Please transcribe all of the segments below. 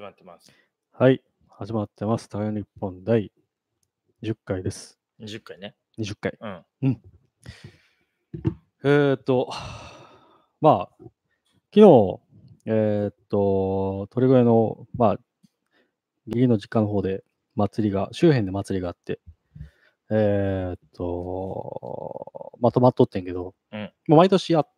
まってます。 はい、始まってます。タイ日本第10回です。 20回ね。 20回。 うん。 まあ、昨日、鳥越の、義理の実家の方で周辺で祭りがあって、泊まっとってんけど、 うん。 毎年あって、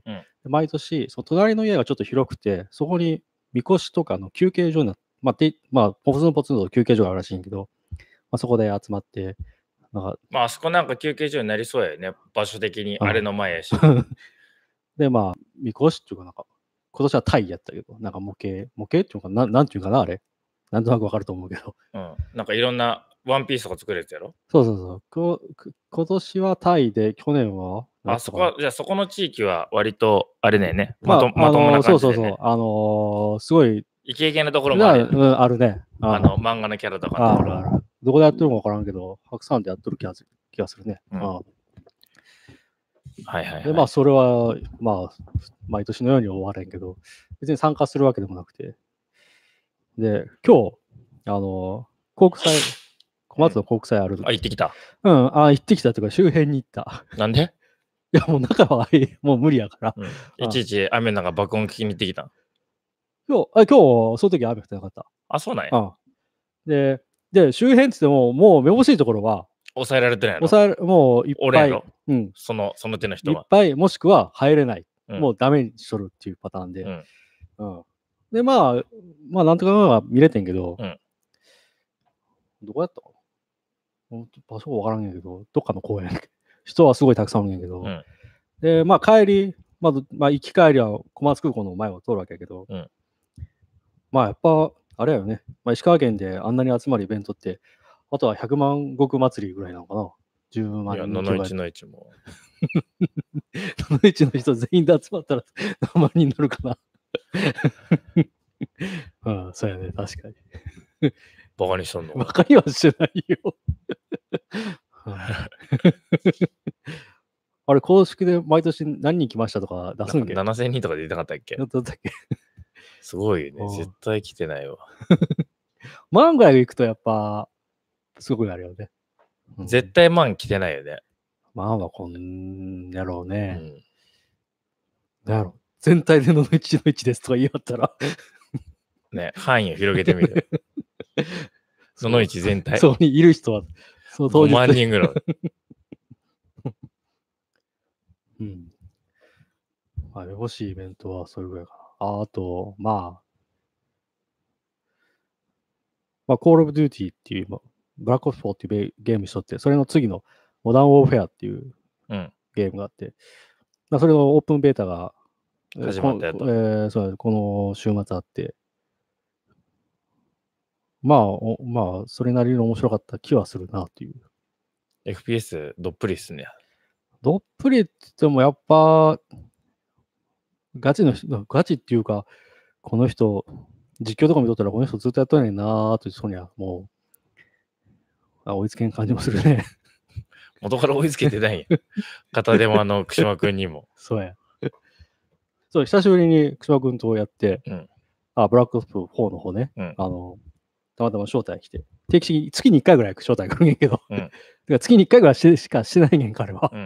うん。 毎年、その隣の家がちょっと広くて、そこにみこしとかの休憩所になって、ポツンポツンと休憩所があるらしいんやけど、そこで集まって、なんか、 まあ、あそこなんか休憩所になりそうやよね。場所的に、 うんあれの前やし。 で、みこしっていうかなんか、今年はタイやったけど、なんか模型っていうかなんていうかな、あれ。なんとなくわかると思うけど。 うん。なんかいろんなワンピースとか作るやつやろ。 そうそうそう。今年はタイで、去年はあそこは、じゃあそこの地域は割と、あれだよね。まともなそう感じでね。 そうそう。すごい、 イケイケなところもあるよね。 あるね。 漫画のキャラとかのところ。 ある。どこでやってるのかわからんけど、白山でやってる気がするね。 うん。はいはいはい。 で、それは、毎年のように終われんけど、別に参加するわけでもなくて。で、今日、小松の国際ある。 あ、行ってきた。 行ってきたというか、周辺に行った。 なんで？ いや、もう中はもう無理やから。 いちいち雨の中爆音聞きに行ってきた。 今日、その時は雨降ってなかった。 あ、そうなんや。 で、周辺って言っても、もうめぼしいところは、 抑えられてないの？ もういっぱい。 俺やろ？その手の人は。 いっぱい、もしくは入れない。もうダメにしとるっていうパターンで。で、なんとか見れてんけど、どこやったかな？場所わからんやけど、どっかの公園。人はすごいたくさんおるんやけど、で、帰り、行き帰りは小松空港の前を通るわけやけど、やっぱ、あれやよね。石川県であんなに集まるイベントって、あとは100万石祭りぐらいなのかな。10万人。 いや、のいちも。 のいちの人全員で集まったら何万人になるかな。そうやね、確かに。 バカにしとんの？ バカにはしてないよ。あれ、公式で毎年何人来ましたとか出すんけ？ 7000人とかで出たかったっけ？すごいよね。絶対来てないわ。 万ぐらい行くとやっぱ、すごくなるよね。 絶対万来てないよね。 万はこんやろうね。なんやろ。全体での1の1ですとか言い張ったら。 ね、範囲を広げてみる。その1全体。 そこにいる人は、 その当日5万人ぐらい。 欲しいイベントはそれぐらいかな。あと、コールオブデューティーっていう、ブラックオプス4っていうゲームしとって、それの次のモダンウォーフェアっていうゲームがあって、それのオープンベータが始まったやと。そうこの週末あって、それなりに面白かった気はするなっていう。 FPS どっぷりっすね。 どっぷりって言ってもやっぱ、ガチっていうか、この人、実況とか見とったらこの人ずっとやっとんねんなーという人にはもう、追いつけん感じもするね。 元から追いつけてないや。片手間串間くんにも。 そうや。そう、久しぶりに串間くんとやって、ブラックオプス4の方ね、たまたま招待来て、定期的に月に1回ぐらい招待来るんやけど、月に1回ぐらいしかしてないねん、彼は。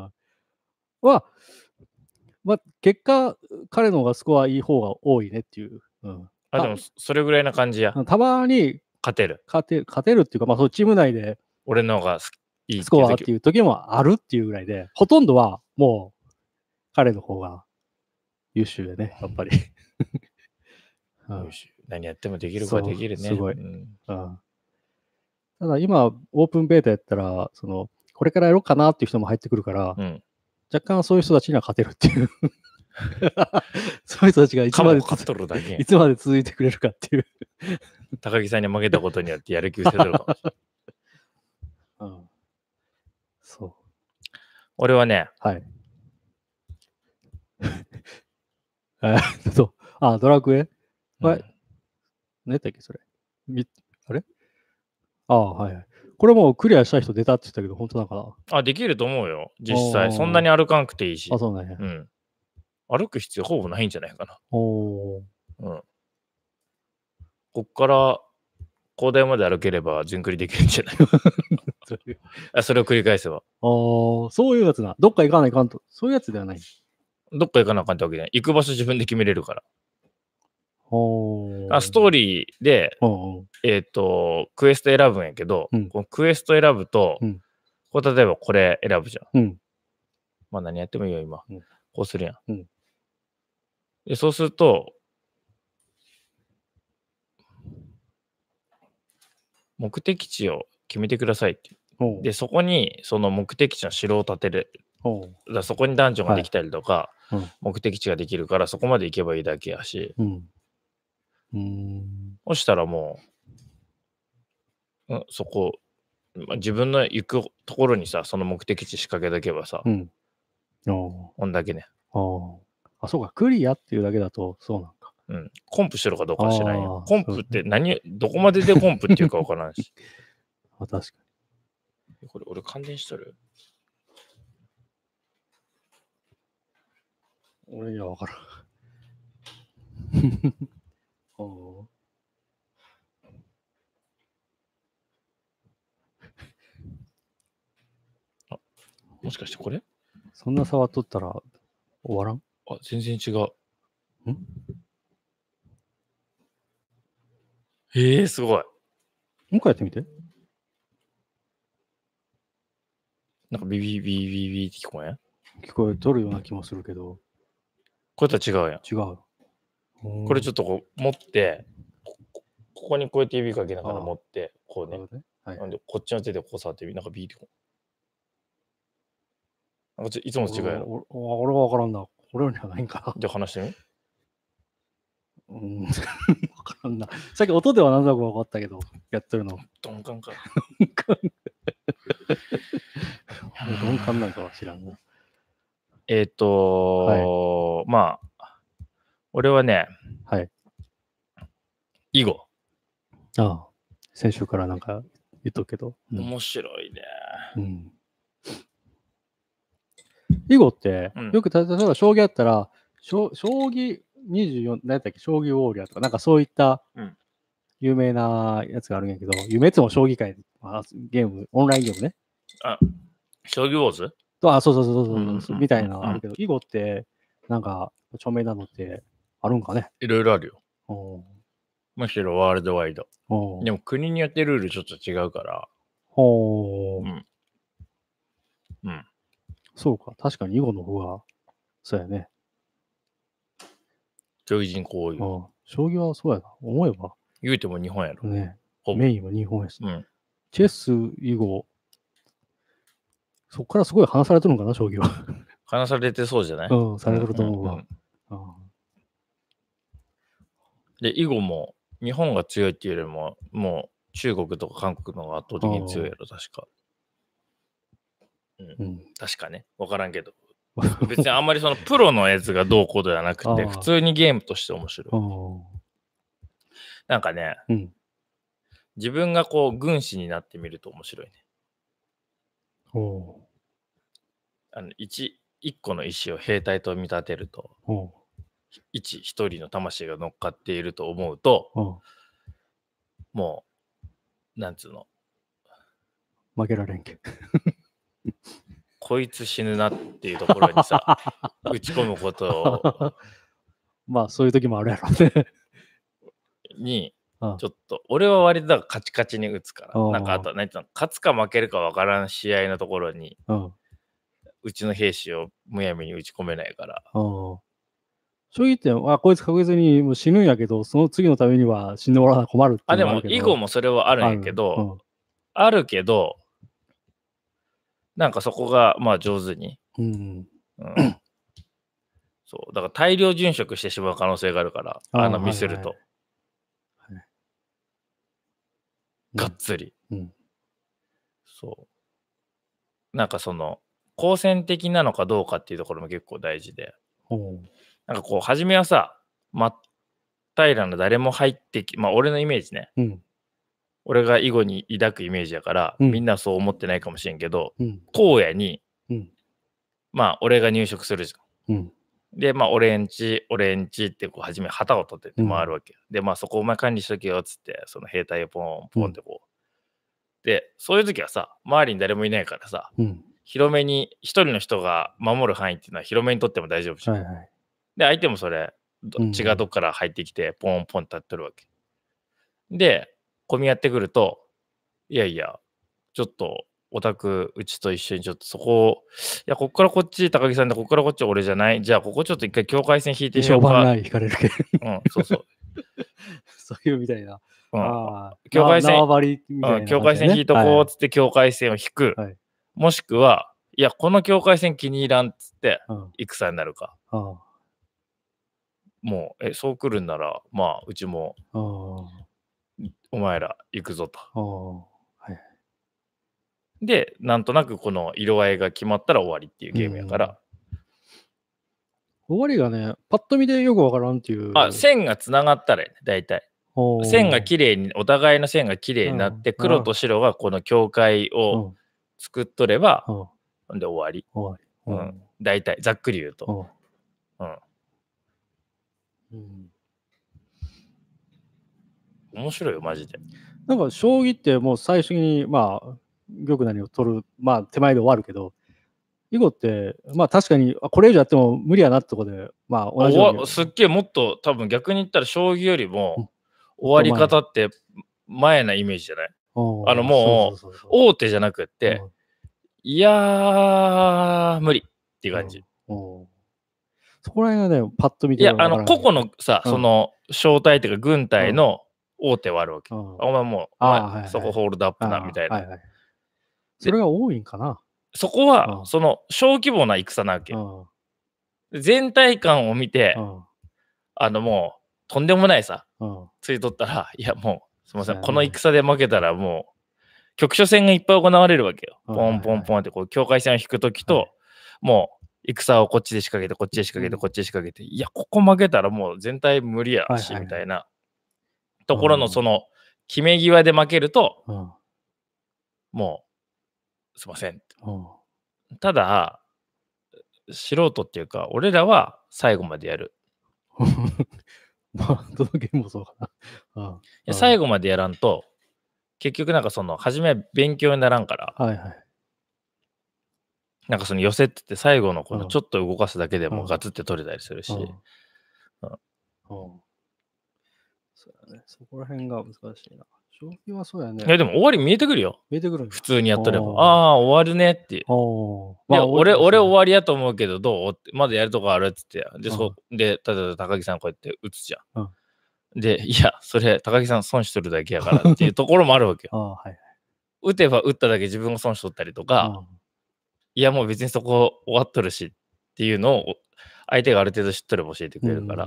結果、彼の方がスコアいい方が多いねっていう。 でも、それぐらいな感じや。 たまに勝てるっていうか、そうチーム内で、 俺の方がいいスコアっていう時もあるっていうぐらいで、ほとんどはもう、彼の方が優秀でね、やっぱり。 優秀。何やってもできる子はできるね。 すごい。ただ今、オープンベータやったら、これからやろうかなっていう人も入ってくるから、若干そういう人たちには勝てるっていう。そういう人たちがいつまで続いてくれるかっていう。 高木さんに負けたことによってやる気失せてるかもしれない。 そう。 俺はね。 はい。ドラクエ？何やったっけ、それ。あれ？はい。これもうクリアした人出たって言ったけど、本当だから。 できると思うよ。実際。そんなに歩かなくていいし。 そうなんや。 歩く必要ほぼないんじゃないかな。 こっから広大まで歩ければ全クリできるんじゃないそれを繰り返せば。 そういうやつな。どっか行かないかんと。そういうやつではない。 どっか行かなあかんってわけじゃない。行く場所自分で決めれるから。ストーリーで、クエスト選ぶんやけど、このクエスト選ぶと、これ例えばこれ選ぶじゃん。まあ何やってもいいよ、今。こうするやん。で、そうすると、目的地を決めてくださいって。で、そこにその目的地の城を建てる。だそこにダンジョンができたりとか、目的地ができるから、そこまで行けばいいだけやし。そしたらもう、そこ、自分の行くところにさ、その目的地仕掛けとけばさ、こんだけね。 そうか、クリアっていうだけだと、そうなんか。 コンプしてるかどうかは知らんよ。コンプってどこまででコンプっていうかわからんし。 確かに。これ、俺感電しとる？ 俺にはわからん。 もしかしてこれ？ そんな触っとったら終わらん？ 全然違う。すごい。もう一回やってみて。 なんかビビビビビって聞こえん？ 聞こえとるような気もするけど。 これとは違うやん。 違う。 これちょっとこう持って、ここにこうやって指かけながら持って、こうね。なんでこっちの手でこう触ってなんかビーってこう。なんかいつもと違うやろ。 俺はわからんな。俺にはないんか。 じゃあ話してみ。 わからんな。さっき音では何だか分かったけど、やってるの。 鈍感か。 鈍感なんかは知らんな。 まあ、俺はね、囲碁。 先週からなんか言っとくけど。 面白いね。 囲碁って、よく例えば将棋やったら、将棋24、何やったっけ、将棋ウォーリアーとか、なんかそういった有名なやつがあるんやけど、夢つも将棋界、ゲーム、オンラインゲームね。 将棋ウォーズそう、みたいなのあるけど、囲碁って、なんか、著名なのってあるんかね。 いろいろあるよ。むしろワールドワイド。でも国によってルールちょっと違うから。 そうか、確かに囲碁の方が、そうやね。 競技人口多いよ。 将棋はそうやな、思えば。 言うても日本やろ。 ね。メインは日本やし。チェス、囲碁、そっからすごい話されてるのかな、将棋は。 話されてそうじゃない？ されてると思うわ。 で、囲碁も日本が強いっていうよりも、もう中国とか韓国の方が圧倒的に強いやろ、確か。確かね。わからんけど。別にあんまりそのプロのやつがどうこうではなくて、普通にゲームとして面白い。なんかね、自分がこう軍師になってみると面白いね。一個の石を兵隊と見立てると、一人の魂が乗っかっていると思うと、もう、なんつうの。 負けられんけ。 こいつ死ぬなっていうところにさ、打ち込むことを。 まあ、そういう時もあるやろね。 に、ちょっと、俺は割とカチカチに打つから、なんかあと、勝つか負けるか分からん試合のところに、うちの兵士をむやみに打ち込めないから。 将棋って、こいつ確実にもう死ぬんやけど、その次のためには死んでもらわな困るってでも、囲碁もそれはあるんやけど、なんかそこが、まあ上手に。そう。だから大量殉職してしまう可能性があるから、ミスると。がっつり。そう。なんかその、好戦的なのかどうかっていうところも結構大事で。なんかこう、初めはさ、真っ平らな誰も入ってまあ俺のイメージね。俺が囲碁に抱くイメージやから、みんなそう思ってないかもしれんけど、荒野に、まあ俺が入植するじゃん。 で、まあ、俺んちってこう、初め旗を取ってって回るわけ。で、まあ、そこお前管理しとけよっつって、その兵隊をポンポンってこう。で、そういう時はさ、周りに誰もいないからさ、広めに、一人の人が守る範囲っていうのは広めにとっても大丈夫じゃん。で、相手もそれ、血がどっから入ってきて、ポンポン立ってるわけ。で、混み合ってくると、いやいや、ちょっと、オタク、うちと一緒にちょっとそこを、いや、こっからこっち高木さんで、こっからこっち俺じゃない。じゃあ、ここちょっと一回境界線引いてみようか。 小番ライン引かれるけど。 うん、そうそう。 そういうみたいな。 境界線、 境界線引いとこうっつって境界線を引く。もしくは、いや、この境界線気に入らんっつって、戦になるか。もう、そう来るんなら、まあ、うちも、お前ら行くぞと。で、なんとなくこの色合いが決まったら終わりっていうゲームやから。 終わりがね、パッと見でよくわからんっていう。 線がつながったらね、大体。線が綺麗に、お互いの線が綺麗になって、黒と白がこの境界を作っとれば、で終わり。大体、ざっくり言うと。面白いよ、マジで。 なんか、将棋ってもう最初に、まあ、玉なりを取る、まあ、手前で終わるけど、囲碁って、まあ確かに、これ以上やっても無理やなってとこで、まあ同じように。 すっげえもっと多分逆に言ったら将棋よりも終わり方って前なイメージじゃない？もう大手じゃなくって、いやー、無理っていう感じ。 そこら辺がね、パッと見て。 いや、個々のさ、その小隊っていうか軍隊の大手はあるわけ。お前もう、そこホールドアップなみたいな。 それが多いんかな。 そこは、その小規模な戦なわけ。全体感を見て、もう、とんでもないさ、ついとったら、いやもう、すみません、この戦で負けたらもう、局所戦がいっぱい行われるわけよ。ポンポンポンってこう境界線を引くときと、もう戦をこっちで仕掛けて、こっちで仕掛けて、こっちで仕掛けて、いや、ここ負けたらもう全体無理やし、みたいなところのその決め際で負けると、もう、すいません。ただ、素人っていうか、俺らは最後までやる。 まあ、どのゲームもそうかな。 いや最後までやらんと、結局なんかその、初めは勉強にならんから、なんかその寄せって言って最後のこのちょっと動かすだけでもガツって取れたりするし。 そうだね。そこら辺が難しいな。将棋はそうやね。 いやでも終わり見えてくるよ。 見えてくる。 普通にやっとれば。ああ、終わるねっていう。俺終わりやと思うけど、どうってまだやるとこあるっつって。で、例えば高木さんこうやって打つじゃん。で、いや、それ高木さん損しとるだけやからっていうところもあるわけよ。打てば打っただけ自分が損しとったりとか、いやもう別にそこ終わっとるしっていうのを相手がある程度知っとれば教えてくれるから。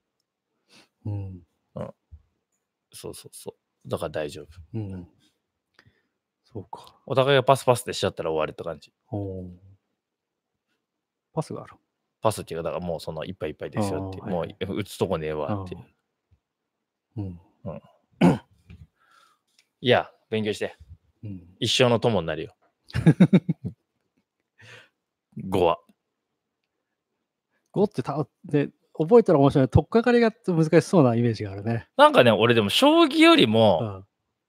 そうそうそう。だから大丈夫。 そうか。 お互いがパスパスでしちゃったら終わりって感じ。 パスがある。 パスっていうか、だからもうそのいっぱいいっぱいですよっていう。もう打つとこねえわっていう。いや、勉強して。一生の友になるよ。5は。 5って覚えたら面白い。取っかかりが難しそうなイメージがあるね。 なんかね、俺でも将棋よりも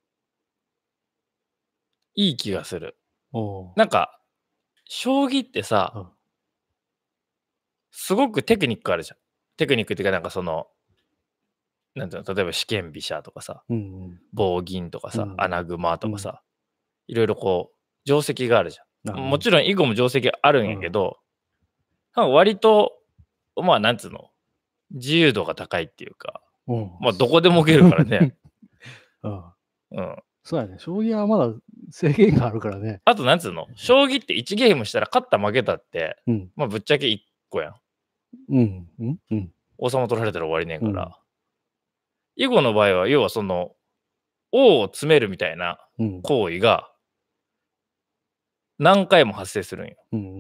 いい気がする。なんか、将棋ってさ、すごくテクニックあるじゃん。テクニックっていうか、なんかその、なんていうの、例えば四間飛車とかさ、棒銀とかさ、穴熊とかさ、いろいろこう、定石があるじゃん。もちろん囲碁も定石あるんやけど、割と、まあなんつうの、自由度が高いっていうか、まあどこでも置けるからね。 そうやね。将棋はまだ制限があるからね。 あとなんつうの、将棋って1ゲームしたら勝った負けたって、まあぶっちゃけ1個やん。王様取られたら終わりねんから。囲碁の場合は、要はその、王を詰めるみたいな行為が何回も発生するんよ。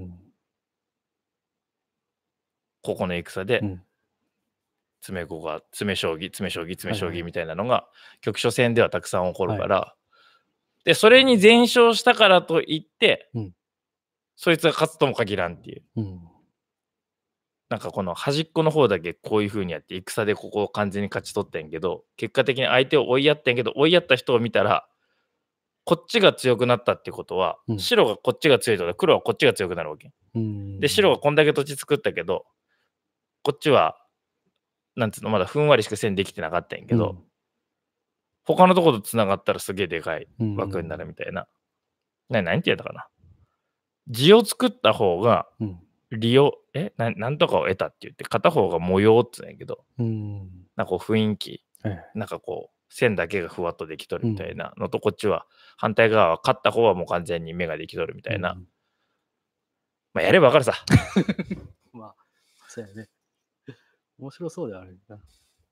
ここの戦で、詰め将棋みたいなのが局所戦ではたくさん起こるから、でそれに全勝したからといって、そいつが勝つとも限らんっていう。 なんかこの端っこの方だけこういう風にやって戦でここを完全に勝ち取ってんけど、結果的に相手を追いやってんけど、追いやった人を見たら、こっちが強くなったってことは、白がこっちが強いとか、黒はこっちが強くなるわけ。で、白がこんだけ土地作ったけど、こっちは、なんつうの、まだふんわりしか線できてなかったんやけど、他のところと繋がったらすげえでかい枠になるみたいな。なんて言うのかな。地を作った方が、利を、なんとかを得たって言って、片方が模様って言うんやけど、なんかこう雰囲気、なんかこう、線だけがふわっとできとるみたいなのと、こっちは、反対側は勝った方はもう完全に目ができとるみたいな。まあ、やればわかるさ。 まあ、そうやね。面白そうであるな。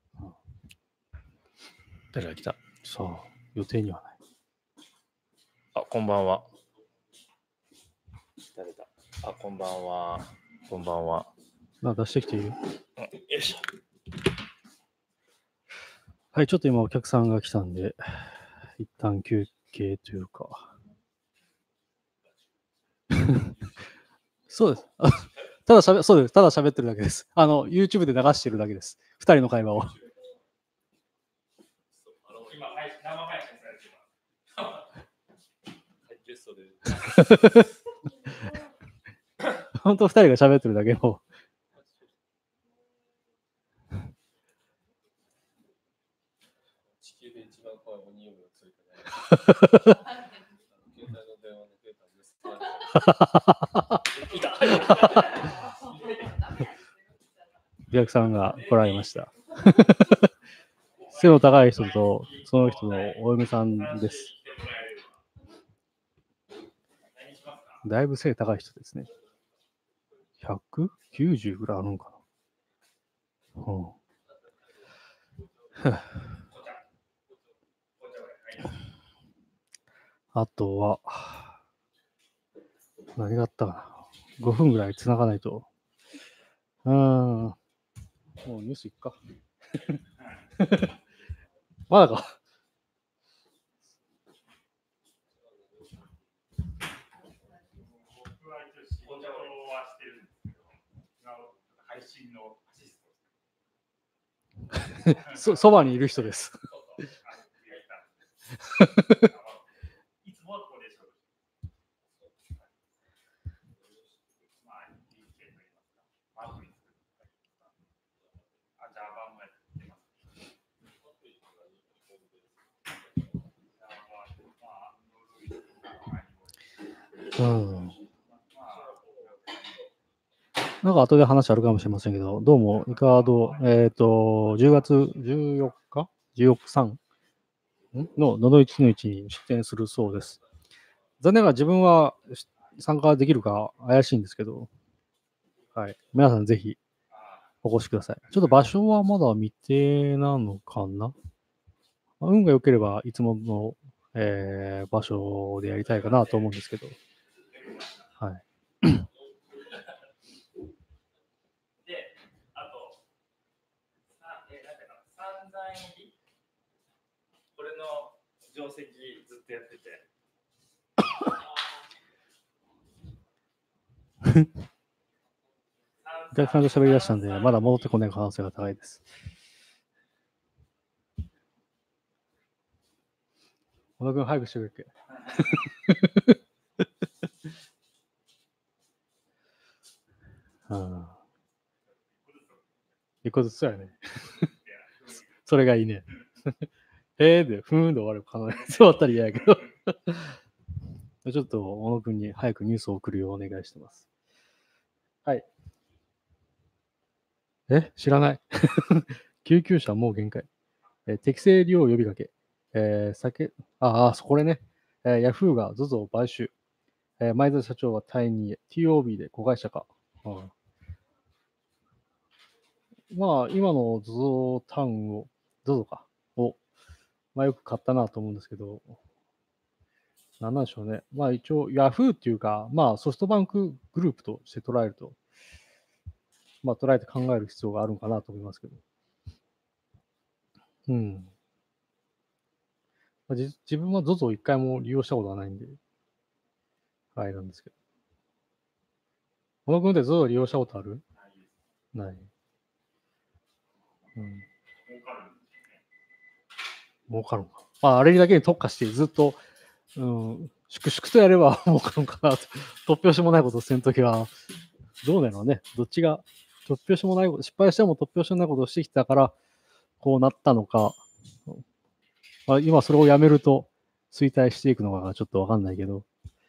誰が来た？ さあ、予定にはない。 あ、こんばんは。誰だ？あ、こんばんは。こんばんは。 出してきていいよ。 よいしょ。 はい、ちょっと今お客さんが来たんで、一旦休憩というか。そうです。そうです。ただ喋ってるだけです。YouTube で流してるだけです。二人の会話を。 今、生配信されてます。 本当二人が喋ってるだけの。 地球で一番怖いお匂いがついてない。 お客さんが来られました。背の高い人とその人のお嫁さんです。だいぶ背高い人ですね。190ぐらいあるのかな。あとは、何があったかな。5分ぐらい繋がないと。もうニュースいっか。まだか。 僕は一応仕事はしてるんですけど、配信のアシスト。 そばにいる人です。 いつもはここでしょ。まあ、いい件と言いますか。アプリ作ったりとか。Java もやってます。 なんか後で話あるかもしれませんけど、どうも、イカード、10月14日 ?14 日3ののど1の1に出展するそうです。残念ながら自分は参加できるか怪しいんですけど、はい。皆さんぜひお越しください。ちょっと場所はまだ未定なのかな。運が良ければいつもの、場所でやりたいかなと思うんですけど、はい。 で、あと、散々入り、これの定石ずっとやってて。 お客さんと喋り出したんで、まだ戻ってこない可能性が高いです。小田君、早くしてくれっけ。一個ずつやね。それがいいね。で、ふーんで終わる可能性終わったら嫌やけど。ちょっと、小野君に早くニュースを送るようお願いしてます。はい。知らない。救急車もう限界。適正利用呼びかけ。これね。ヤフーが ZOZO を買収。前田社長は退任へ。TOB で子会社化。まあ、今の ZOZO タウンを、ZOZO か。よく買ったなと思うんですけど、なんなんでしょうね。まあ一応、ヤフーっていうか、まあソフトバンクグループとして捉えると、まあ捉えて考える必要があるのかなと思いますけど。自分は ZOZO を一回も利用したことがないんで、あれなんですけど。小野君って ZOZO 利用したことある？ ない。儲かるのか。まあ、あれだけに特化してずっと、粛々とやれば儲かるのかなと。突拍子もないことをせんときは、どうなのね。どっちが、突拍子もないこと、失敗しても突拍子もないことをしてきたから、こうなったのか。まあ、今それをやめると衰退していくのかちょっとわかんないけど。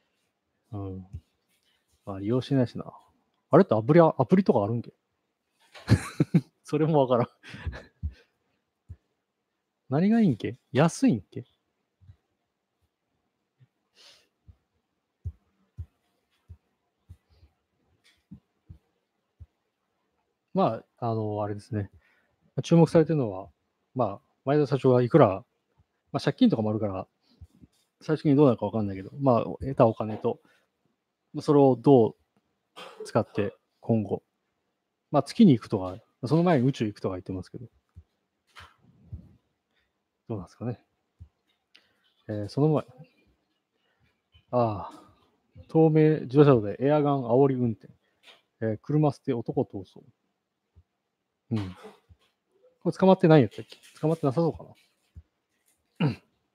まあ、利用しないしな。あれってアプリとかあるんけそれもわからん。何がいいんけ？安いんけ？まあ、あれですね。注目されてるのは、まあ、前田社長がいくら、まあ、借金とかもあるから、最終的にどうなるかわかんないけど、まあ、得たお金と、それをどう使って今後、まあ、月に行くとか、その前に宇宙行くとか言ってますけど、どうなんですかね。その前、東名自動車道でエアガン煽り運転。車捨て男逃走。これ捕まってないんやったっけ？捕まってなさそうかな。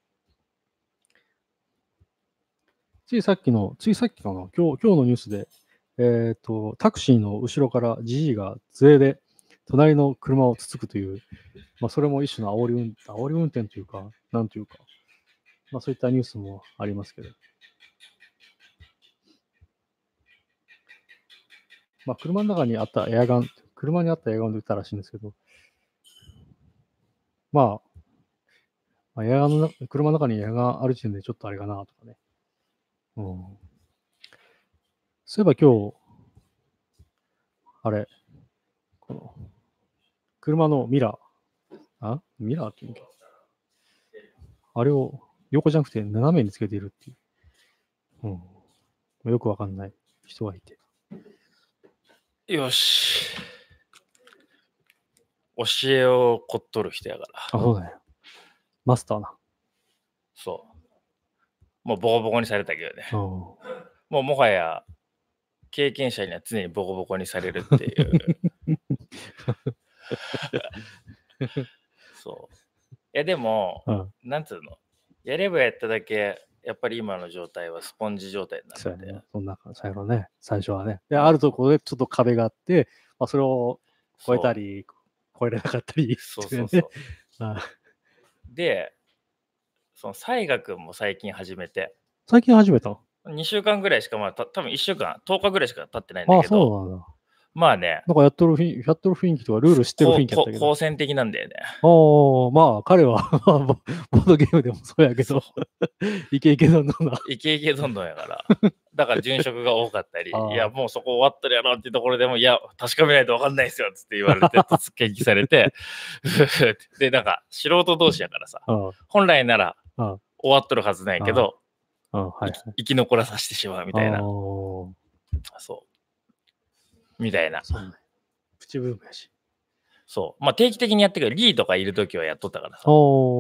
ついさっきかな、今日のニュースで、タクシーの後ろからジジイが杖で隣の車をつつくという、まあ、それも一種の煽り運転というか、なんというか、まあ、そういったニュースもありますけど。まあ、車にあったエアガンで撃ったらしいんですけど、まあ、車の中にエアガンある時点でちょっとあれかなとかね。そういえば今日、あれ、この、車のミラーって言うんか。あれを横じゃなくて斜めにつけているっていう。よくわかんない人がいて。 よし。教えをこっとる人やから。 そうだよ。マスターな。 そう。もうボコボコにされたけどね。もうもはや経験者には常にボコボコにされるっていう。そう。でも、なんつうの、やればやっただけ、やっぱり今の状態はスポンジ状態になるので。 そんな感じね、最初はね。で、あるところでちょっと壁があって、まあ、それを越えたり、越えれなかったり。 そう。で、その西賀君も最近始めて。 最近始めた？ 2週間ぐらいしか、多分1週間、10日ぐらいしか経ってないんだけど。 そうなんだ。 まあね。 なんかやってる雰囲気とかルール知ってる雰囲気だったけど。 好戦的なんだよね。 まあ彼はボードゲームでもそうやけど、イケイケどんどんな。 イケイケどんどんやから。だから殉職が多かったり、いやもうそこ終わったらやろうっていうところでも、いや、確かめないと分かんないですよっつって言われて、突撃されて、で、なんか素人同士やからさ、本来なら終わっとるはずないけど、生き残らさせてしまうみたいな。そう。みたいな。 プチブームやし。 そう。まあ定期的にやってくる。リーとかいるときはやっとったからさ。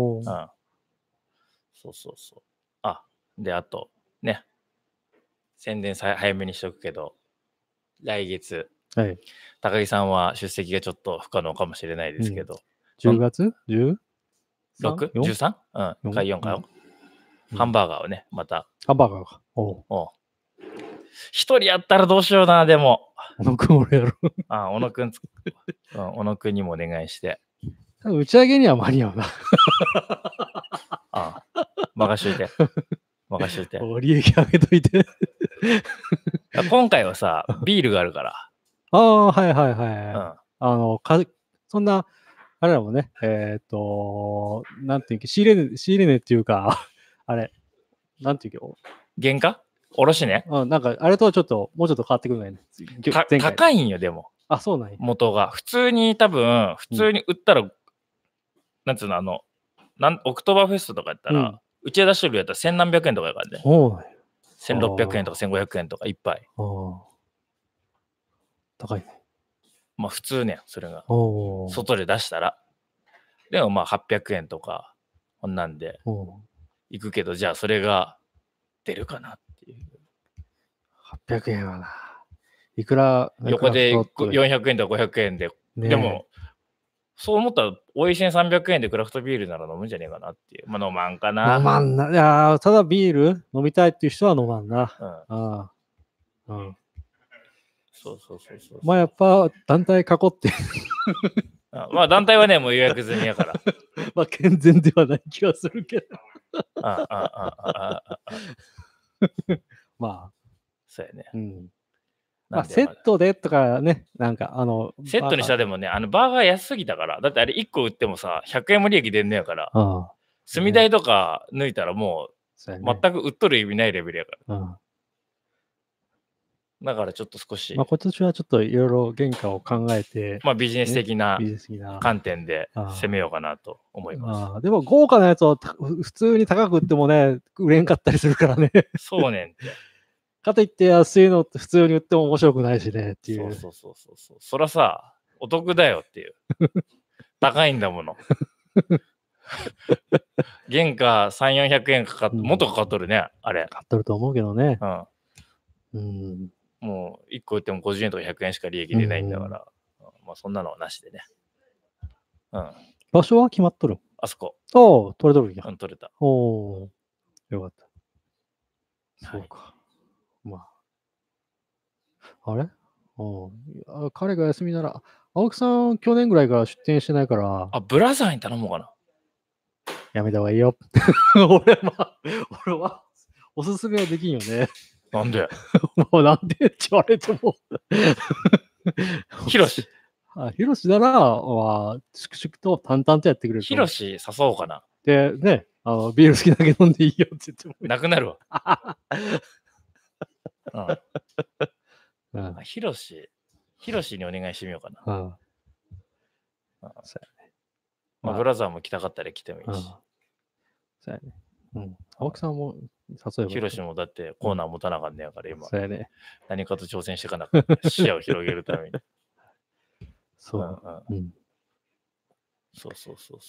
そう。で、あと、ね。宣伝早めにしとくけど、来月、高木さんは出席がちょっと不可能かもしれないですけど。 10月 10?6?13? か4かよ。ハンバーガーをね、また。 ハンバーガーか。 一人やったらどうしような、でも。 小野くん俺やろ。 小野くん、小野くんにもお願いして。 打ち上げには間に合うな。 任しといて。 利益上げといて。 今回はさ、ビールがあるから。 そんな、あれだもんね。なんていうか、仕入れ値っていうか、あれ、なんていうか。 原価？おろしね。 なんか、あれとはもうちょっと変わってくるね。 高いんよ、でも。 そうなんや。 元が。普通に売ったら、なんつうの、オクトーバーフェストとかやったら、打ち出しとるやったら千何百円とかやからね。1600円とか1500円とか一杯。 高いね。 まあ普通ね、それが。外で出したら。でもまあ800円とか、こんなんで、行くけど、じゃあそれが出るかなっていう。 800円はな。 いくら横で400円とか500円で、でもそう思ったらおいしい300円でクラフトビールなら飲むんじゃねえかなっていう。まあ飲まんかな。 飲まんな。いやただビール飲みたいっていう人は飲まんな。そう。まあやっぱ団体囲ってまあ団体はねもう予約済みやから。 まあ健全ではない気がするけど。まあそうやね。 まあセットでとかね、なんかセットにしたでもね、バーガー安すぎたから、だってあれ1個売ってもさ、100円も利益出んのやから、炭代とか抜いたらもう、全く売っとる意味ないレベルやから。だからちょっと少し。 まあ今年はちょっといろいろ原価を考えて、 まあビジネス的な観点で攻めようかなと思います。 でも豪華なやつを普通に高く売ってもね、売れんかったりするからね。 そうねんって。 かといって安いのって普通に売っても面白くないしねっていう。 そう。そらさ、お得だよっていう。高いんだもの。原価3、400円もっとかかっとるね、あれ。 かかっとると思うけどね。 もう1個売っても50円とか100円しか利益出ないんだから、まあそんなのはなしでね。 場所は決まっとる？ あそこ。 取れとるんや。 取れた。 よかった。そうか。まあ。あれ彼が休みなら、青木さん去年ぐらいから出店してないから。 ブラザーに頼もうかな。 やめた方がいいよ。俺はおすすめはできんよね。 なんでもうなんでって言われても。 ヒロシ。 ヒロシなら、粛々と淡々とやってくれる。 ヒロシ誘おうかな。 で、ね、ビール好きだけ飲んでいいよって言っても。 なくなるわ。ヒロシにお願いしてみようかな。まあ、ブラザーも来たかったら来てもいいし。 そうやね。青木さんも誘えば。 ヒロシもだってコーナー持たなあかんねやから今。 そうやね。 何かと挑戦していかなくて、視野を広げるために。 そう。 そう。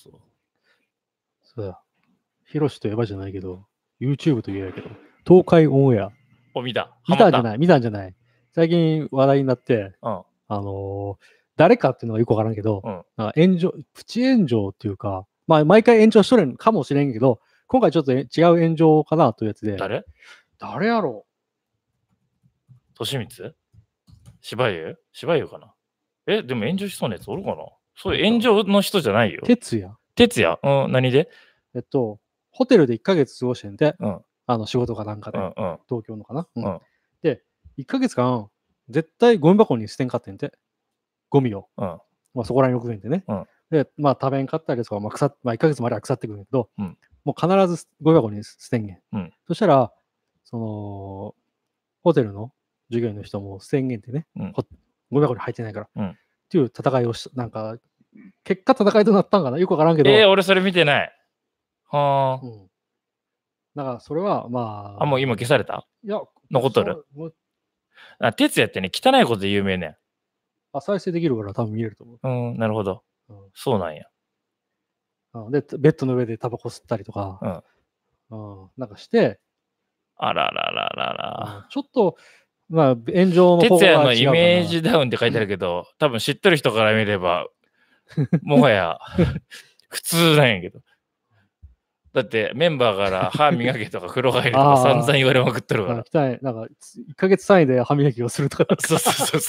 そうや。ヒロシといえばじゃないけど、YouTube と言えやけど、東海オンエア。 見たんじゃない。最近話題になって、誰かっていうのがよくわからんけど、プチ炎上っていうか、まあ毎回炎上しとるかもしれんけど、今回ちょっと違う炎上かなというやつで。誰やろう？利光？芝生かな？でも炎上しそうなやつおるかな？そういう炎上の人じゃないよ。 哲也？ 何で？ ホテルで1ヶ月過ごしてんで、仕事かなんかで、東京のかな、で、1ヶ月間、絶対ゴミ箱に捨てんかってんて。ゴミを。まあそこらに置くんでね。で、まあ食べんかったりとか、まあ1ヶ月までは腐ってくるんだけど、もう必ずゴミ箱に捨てんげん。そしたら、ホテルの従業員の人も捨てんげんってね、ゴミ箱に入ってないから。っていう戦いをなんか、結果戦いとなったんかなよくわからんけど。 俺それ見てない。はあ。 だからそれはまあ。もう今消された？ いや、 残っとる。哲也ってね、汚いことで有名ね。 再生できるから多分見れると思う。なるほど。そうなんや。 で、ベッドの上でタバコ吸ったりとか、なんかして、 あららららら。 ちょっと、まあ、炎上の方哲也のイメージダウンって書いてあるけど、多分知ってる人から見れば、もはや普通なんやけど。だってメンバーから歯磨けとか風呂入るとか散々言われまくってるから。 なんか1ヶ月単位で歯磨きをするとか。 そう。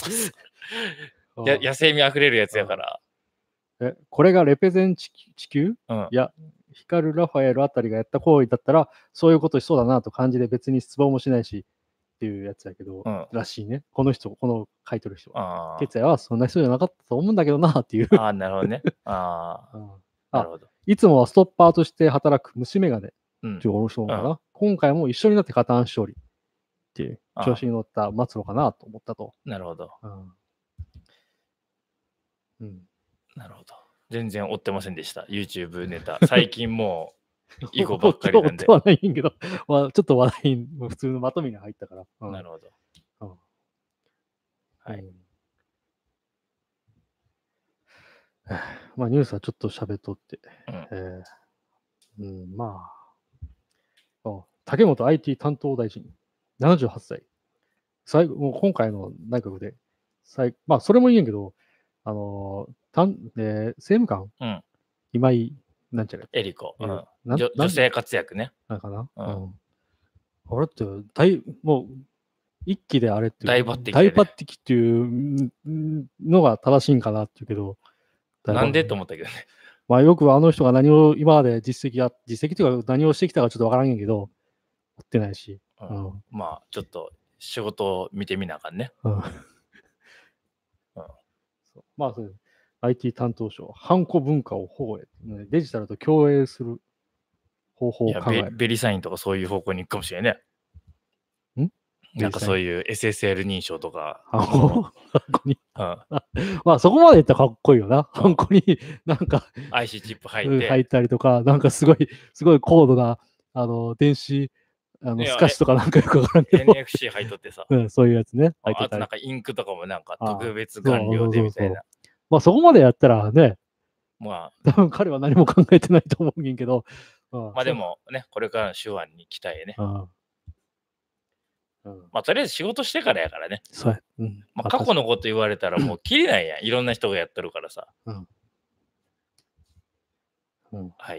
野生味あふれるやつやから。 これがレペゼン地球？いや、ヒカル・ラファエルあたりがやった行為だったら、そういうことしそうだなと感じで別に失望もしないしっていうやつだけど、らしいね。この書いてる人は。哲也はそんな人じゃなかったと思うんだけどなっていう。 なるほどね。なるほど。 いつもはストッパーとして働く虫眼鏡っていう人かな。今回も一緒になって加担勝利っていう調子に乗った末路かなと思ったと。 なるほど。なるほど。全然追ってませんでした。YouTube ネタ。最近もう、囲碁ばっかりなんで。 追ってはないんけど、まあ、ちょっと話題に、普通のまとめに入ったから。 なるほど。はい。 まあ、ニュースはちょっと喋っとって。まあ、竹本 IT 担当大臣、78歳。 もう今回の内閣で、まあ、それもいいんやけど、政務官、今井、なんちゃら。 エリコ。女性活躍ね。 なんかな。あれって、もう、一期であれっていう。 大抜擢。 大抜擢っていうのが正しいんかなっていうけど。 なんでと思ったけどね。 まあよくあの人が何を今まで実績というか何をしてきたかちょっとわからんやけど、持ってないし。 まあちょっと仕事を見てみなあかんね。 まあそう IT 担当省、ハンコ文化を保護へ、デジタルと共栄する方法を考える。 ベリサインとかそういう方向に行くかもしれないね。なんかそういう SSL 認証とか。 ハンコに。まあそこまでいったらかっこいいよな。ハンコになんか IC チップ入ったりとか、なんかすごい高度な電子透かしとかなんかよくわからんけど。 NFC 入っとってさ。 そういうやつね。 あとなんかインクとかもなんか特別顔料でみたいな。 まあそこまでやったらね、 まあ多分彼は何も考えてないと思うんやけど。 まあでもね、これからの手腕に期待ね。まあとりあえず仕事してからやからね。 そうや。 まあ過去のこと言われたらもう切れないやん。いろんな人がやってるからさ。はい。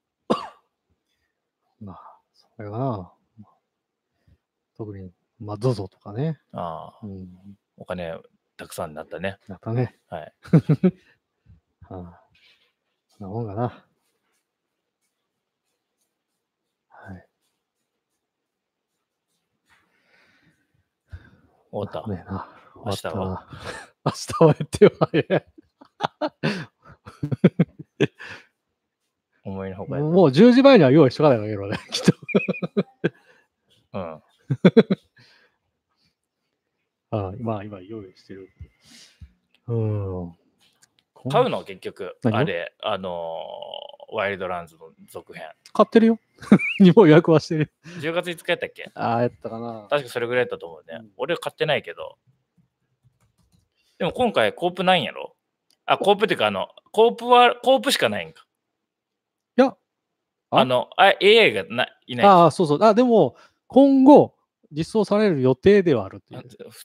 まあ、それかな。特に、まあ、ZOZO とかね。 お金たくさんになったね。 なったね。 はい。 そんなもんかな。はい。 終わった。 ねえな。 明日は。 明日はやっては思いのほかもう10時前には用意しとかないわけよね、きっと。まあ今用意してる。 買うの結局、あれ、ワイルドランズの続編。 買ってるよ。にも予約はしてる。 10月5日やったっけ？ やったかな。 確かそれぐらいやったと思うね。俺は買ってないけど。でも今回コープないんやろ？コープっていうかコープしかないんか。 いや。 AI がいない。 そうそう。でも、今後、実装される予定ではあるっていう。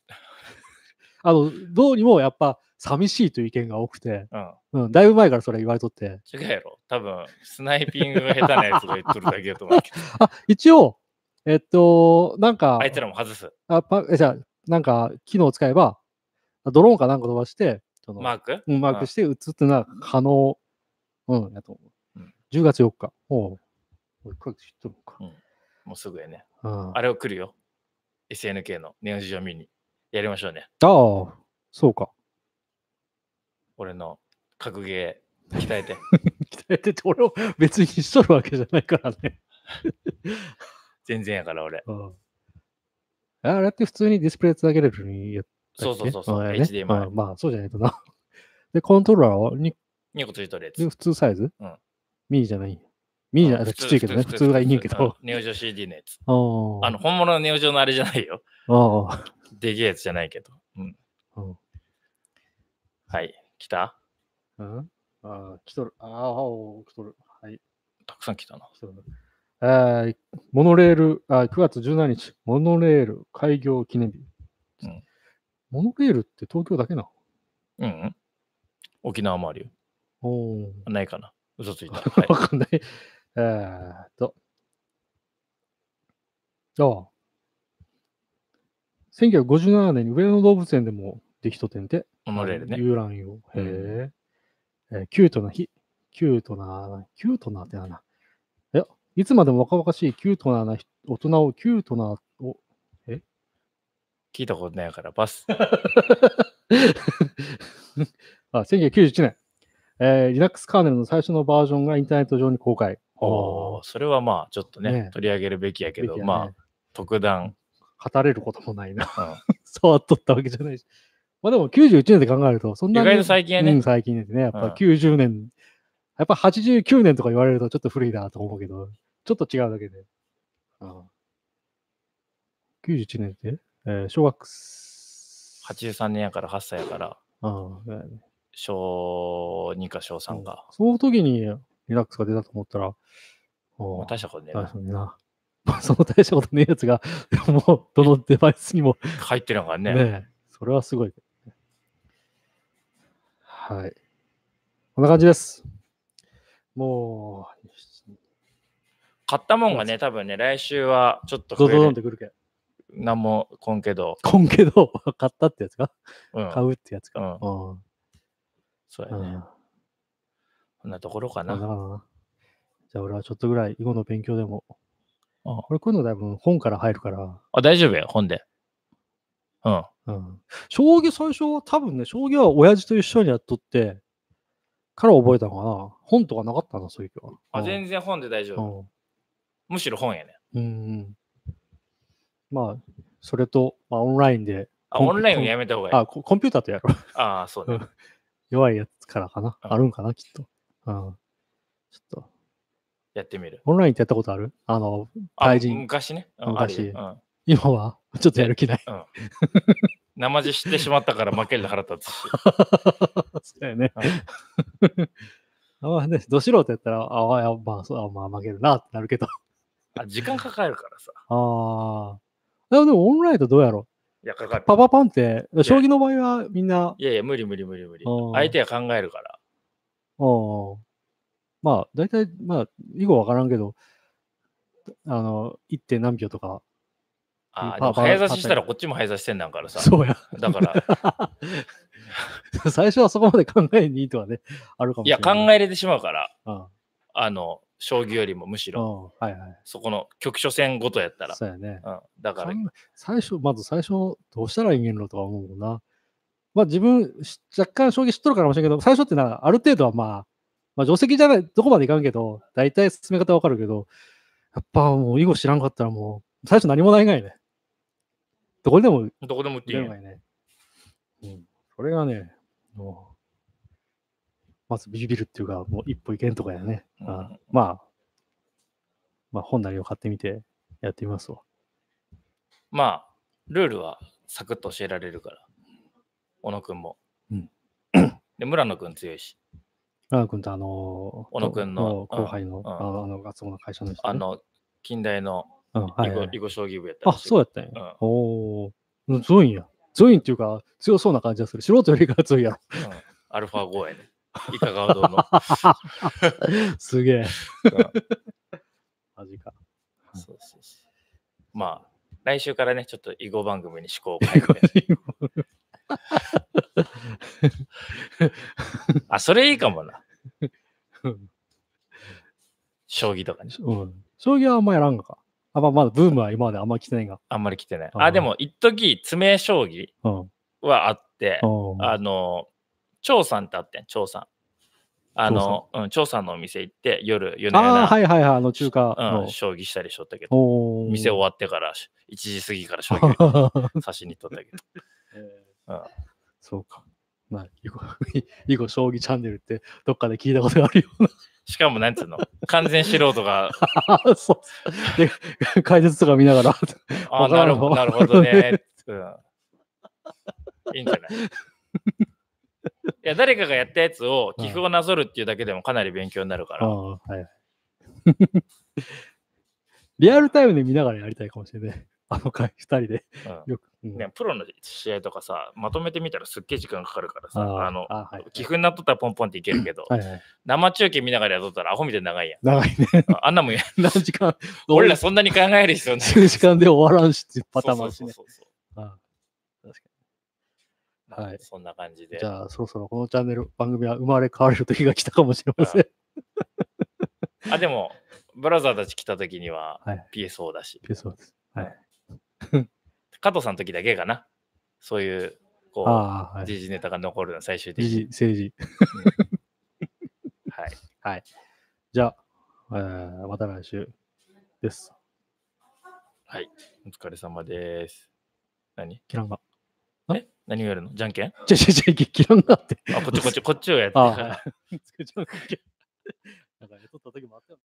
どうにもやっぱ寂しいという意見が多くて、だいぶ前からそれ言われとって。 違うやろ。多分、スナイピングが下手なやつが言っとるだけだと思うけど。 一応、なんか、 あいつらも外す。 じゃあ、なんか、機能を使えば、ドローンかなんか飛ばして、 マークして撃つっていうのは可能。やと思う。10月4日。知っとるのか。 もうすぐやね。あれを来るよ。SNK のネオジオミニ。やりましょうね。 そうか。 俺の格ゲー鍛えて。 鍛えてって俺を別にしとるわけじゃないからね。 全然やから俺。 あれって普通にディスプレイつなげれるにやったっけ？ そう。HDMI。 まあそうじゃないとな。で、コントローラーは 2個ついとるやつ。 普通サイズ？ミニじゃない。ミニじゃない。ちっちゃいけどね。普通がいいんやけど。 ネオジオ CD のやつ。本物のネオジオのあれじゃないよ。でけえやつじゃないけど。はい。来た？ 来とる。来とる。はい。 たくさん来たな。 モノレール、9月17日、モノレール開業記念日。モノレールって東京だけな？ 沖縄もあるよ。ないかな。嘘ついた。 わかんない。1957年に上野動物園でもできとってんて。 モノレールね。 遊覧用。キュートな日。キュートなってなんだ。いつまでも若々しいキュートな大人をキュートなを、 聞いたことないからパス。 1991年、Linux カーネルの最初のバージョンがインターネット上に公開。 それはまあちょっとね、取り上げるべきやけど、まあ特段。 語れることもないな。触っとったわけじゃないし。まあでも91年で考えると、そんなに。 意外と最近やね。 最近ですね。やっぱ90年、やっぱ89年とか言われるとちょっと古いなと思うけど、ちょっと違うだけで。91年って小学 83年やから8歳やから、小2か小3か。 その時にリラックスが出たと思ったら、 大したことねえな。 その大したことねえやつが、もう、どのデバイスにも入ってるのがね。 ねえ、それはすごい。はい。こんな感じです。もう、 買ったもんがね、多分ね、来週はちょっと増える。ドドンってくるけ。 なんもこんけど。 こんけど、買ったってやつか、 うん、 買うってやつか。 うん。そうやね。こんなところかな。 じゃあ俺はちょっとぐらい囲碁の勉強でも。これこういうのだいぶ本から入るから。 あ、大丈夫よ、本で。うん。 将棋最初は多分ね、将棋は親父と一緒にやっとって、から覚えたのかな。本とかなかったな、そういう時は。 あ、全然本で大丈夫。むしろ本やね。 まあ、それと、まあ、オンラインで。 オンラインをやめた方がいい。 コンピューターとやろう。 ああ、そうね。 弱いやつからかな。あるんかな、きっと。ちょっと。 やってみる。 オンラインってやったことある？対人。 昔ね。 昔。今はちょっとやる気ない。 生地してしまったから負けるの腹立つし。 そうだよね。ど素人やったら、まあ負けるなってなるけど。 時間かかるからさ。 でもオンラインとどうやろう？いや、かかる。 パパパンって、将棋の場合はみんな。 いやいや、無理。相手は考えるから。 まあ、大体、まあ、囲碁わからんけど、1. 何秒とか。 でも早指ししたらこっちも早指ししてんなんからさ。 そうや。 だから。 最初はそこまで考えにいいとはね、あるかもしれない。 いや、考えれてしまうから。将棋よりもむしろ。そこの局所戦ごとやったら。 そうやね。 だから。 まず最初、どうしたらいいんのとか思うもんな。まあ自分、若干将棋知っとるかもしれんけど、最初ってある程度はまあ定石じゃない、どこまでいかんけど、大体進め方わかるけど、やっぱもう囲碁知らんかったらもう、最初何もないがいね。どこでも売っていいね。それがね、もう、まずビビるっていうか、もう一歩いけんとかやね。まあ本なりを買ってみてやってみますわ。 まあ、ルールはサクッと教えられるから。小野くんも。で、村野くん強いし。 村野くんと小野くんの後輩の、ガツモの会社の人。 近代の囲碁将棋部やったらしい。そうやったんや。強いんや。強いんっていうか、強そうな感じがする。素人よりが強いやろ。 アルファ5やね。イカガードの。 すげえ。マジか。 そう。まあ、来週からね、ちょっと囲碁番組に思考を変えて。それいいかもな。将棋とかね。 将棋はあんまやらんのか。まだブームは今まであんまり来てないが。 あんまり来てない。でも、一時詰め将棋はあって、張さんってあってん、張さん。張さんのお店行って、夜な夜な。 中華の。 将棋したりしとったけど、店終わってから、1時過ぎから将棋指しに行っとったけど。 そうか。まあ、囲碁将棋チャンネルってどっかで聞いたことがあるような。 しかも、なんつうの、完全素人が。 で、解説とか見ながら。 なるほどね。いいんじゃない？いや、誰かがやったやつを棋譜をなぞるっていうだけでもかなり勉強になるから。 リアルタイムで見ながらやりたいかもしれない。2人で。 プロの試合とかさ、まとめてみたらすっげえ時間かかるからさ、棋譜になっとったらポンポンっていけるけど、生中継見ながらやっとったらアホみたいに長いやん。 長いね。 あんなもんや。 何時間。 俺らそんなに考える必要ない。 数時間で終わらんしっていうパターンもあるしね。確かに。はい。 そんな感じで。 じゃあ、そろそろこのチャンネル、番組は生まれ変われる時が来たかもしれません。 でも、ブラザーたち来た時には PSO だし。 PSO です。はい。 加藤さんの時だけかな。そういう、時事ネタが残るの、最終的に。 政治。はい。じゃあ、また来週です。 はい。お疲れ様です。何？ キランが。 何をやるの？じゃんけん？ キランがって。 こっちをやって。 なんか、撮った時もあったよ。